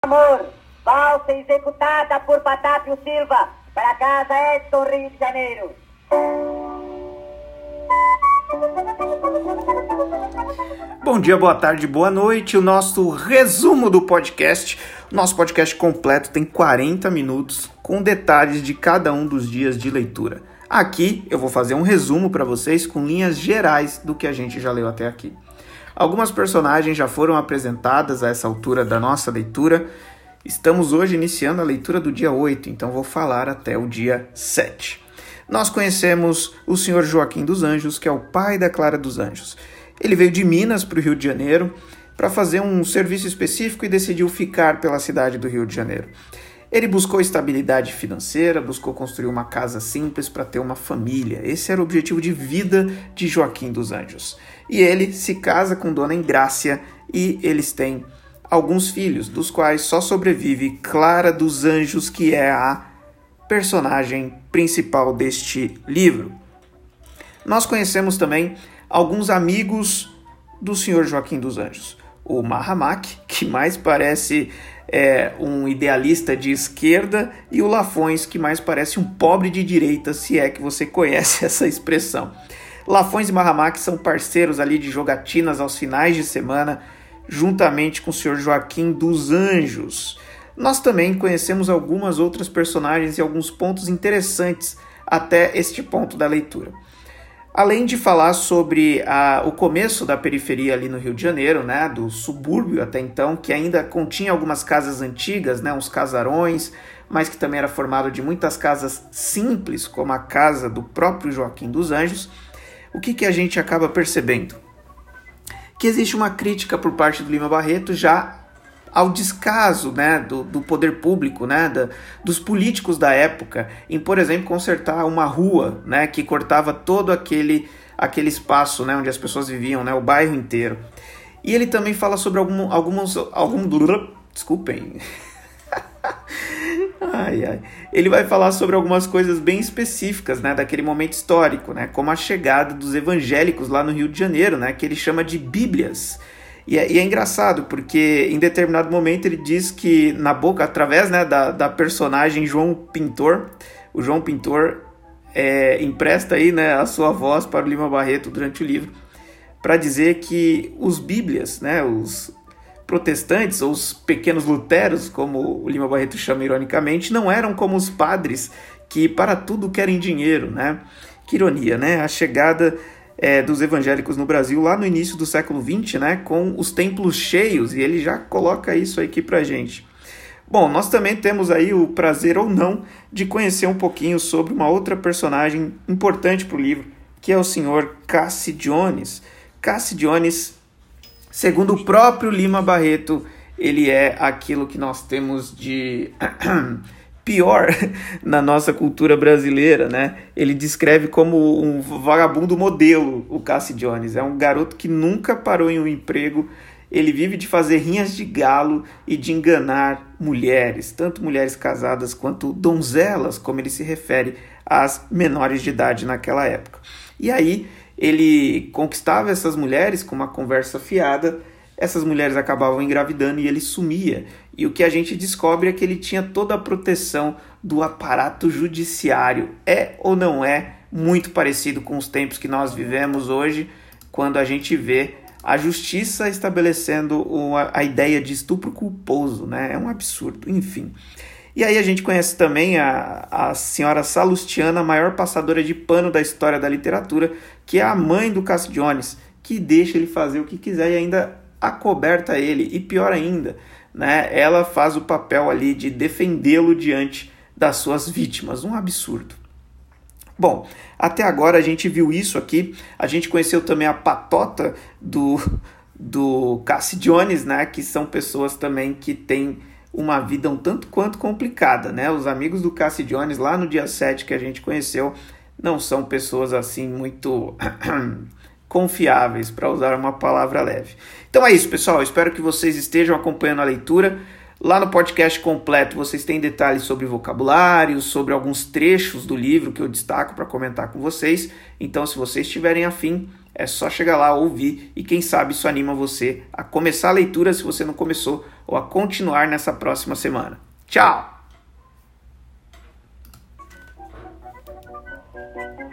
amor, valsa executada por Patápio Silva, para casa Edson, Rio de Janeiro. Bom dia, boa tarde, boa noite. O nosso resumo do podcast. O nosso podcast completo tem 40 minutos com detalhes de cada um dos dias de leitura. Aqui eu vou fazer um resumo para vocês com linhas gerais do que a gente já leu até aqui. Algumas personagens já foram apresentadas a essa altura da nossa leitura. Estamos hoje iniciando a leitura do dia 8, então vou falar até o dia 7. Nós conhecemos o senhor Joaquim dos Anjos, que é o pai da Clara dos Anjos. Ele veio de Minas para o Rio de Janeiro para fazer um serviço específico e decidiu ficar pela cidade do Rio de Janeiro. Ele buscou estabilidade financeira, buscou construir uma casa simples para ter uma família. Esse era o objetivo de vida de Joaquim dos Anjos. E ele se casa com Dona Engrácia e eles têm alguns filhos, dos quais só sobrevive Clara dos Anjos, que é a personagem principal deste livro. Nós conhecemos também alguns amigos do senhor Joaquim dos Anjos. O Mahamak, que mais parece um idealista de esquerda, e o Lafões, que mais parece um pobre de direita, se é que você conhece essa expressão. Lafões e Mahamak são parceiros ali de jogatinas aos finais de semana, juntamente com o senhor Joaquim dos Anjos. Nós também conhecemos algumas outras personagens e alguns pontos interessantes até este ponto da leitura. Além de falar sobre o começo da periferia ali no Rio de Janeiro, né, do subúrbio até então, que ainda continha algumas casas antigas, né, uns casarões, mas que também era formado de muitas casas simples, como a casa do próprio Joaquim dos Anjos, o que a gente acaba percebendo? Que existe uma crítica por parte do Lima Barreto já ao descaso, né, do poder público, né, dos políticos da época, em, por exemplo, consertar uma rua, né, que cortava todo aquele espaço, né, onde as pessoas viviam, né, o bairro inteiro. E ele também fala sobre desculpem. Ele vai falar sobre algumas coisas bem específicas, né, daquele momento histórico, né, como a chegada dos evangélicos lá no Rio de Janeiro, né, que ele chama de Bíblias. E é engraçado, porque em determinado momento ele diz que na boca, através, né, da personagem João Pintor, o João Pintor empresta aí, né, a sua voz para o Lima Barreto durante o livro, para dizer que os Bíblias, né, os protestantes, ou os pequenos luteros, como o Lima Barreto chama ironicamente, não eram como os padres que para tudo querem dinheiro, né? Que ironia, né? A chegada dos evangélicos no Brasil lá no início do século XX, né, com os templos cheios, e ele já coloca isso aqui pra gente. Bom, nós também temos aí o prazer ou não de conhecer um pouquinho sobre uma outra personagem importante para o livro, que é o senhor Cassidiones. Cassidiones, segundo o próprio Lima Barreto, ele é aquilo que nós temos de pior na nossa cultura brasileira, né? Ele descreve como um vagabundo modelo, o Cassidiones. É um garoto que nunca parou em um emprego. Ele vive de fazer rinhas de galo e de enganar mulheres, tanto mulheres casadas quanto donzelas, como ele se refere às menores de idade naquela época. E aí ele conquistava essas mulheres com uma conversa fiada. Essas mulheres acabavam engravidando e ele sumia. E o que a gente descobre é que ele tinha toda a proteção do aparato judiciário. É ou não é muito parecido com os tempos que nós vivemos hoje, quando a gente vê a justiça estabelecendo a ideia de estupro culposo, né? É um absurdo, enfim. E aí a gente conhece também a senhora Salustiana, a maior passadora de pano da história da literatura, que é a mãe do Cassidiones, que deixa ele fazer o que quiser e ainda acoberta ele, e pior ainda, né, ela faz o papel ali de defendê-lo diante das suas vítimas, um absurdo. Bom, até agora a gente viu isso aqui, a gente conheceu também a patota do Cassidiones, né, que são pessoas também que têm uma vida um tanto quanto complicada, né, os amigos do Cassidiones lá no dia 7 que a gente conheceu não são pessoas assim muito confiáveis, para usar uma palavra leve. Então é isso, pessoal. Espero que vocês estejam acompanhando a leitura. Lá no podcast completo vocês têm detalhes sobre vocabulário, sobre alguns trechos do livro que eu destaco para comentar com vocês. Então, se vocês estiverem afim, é só chegar lá, ouvir e quem sabe isso anima você a começar a leitura se você não começou, ou a continuar nessa próxima semana. Tchau!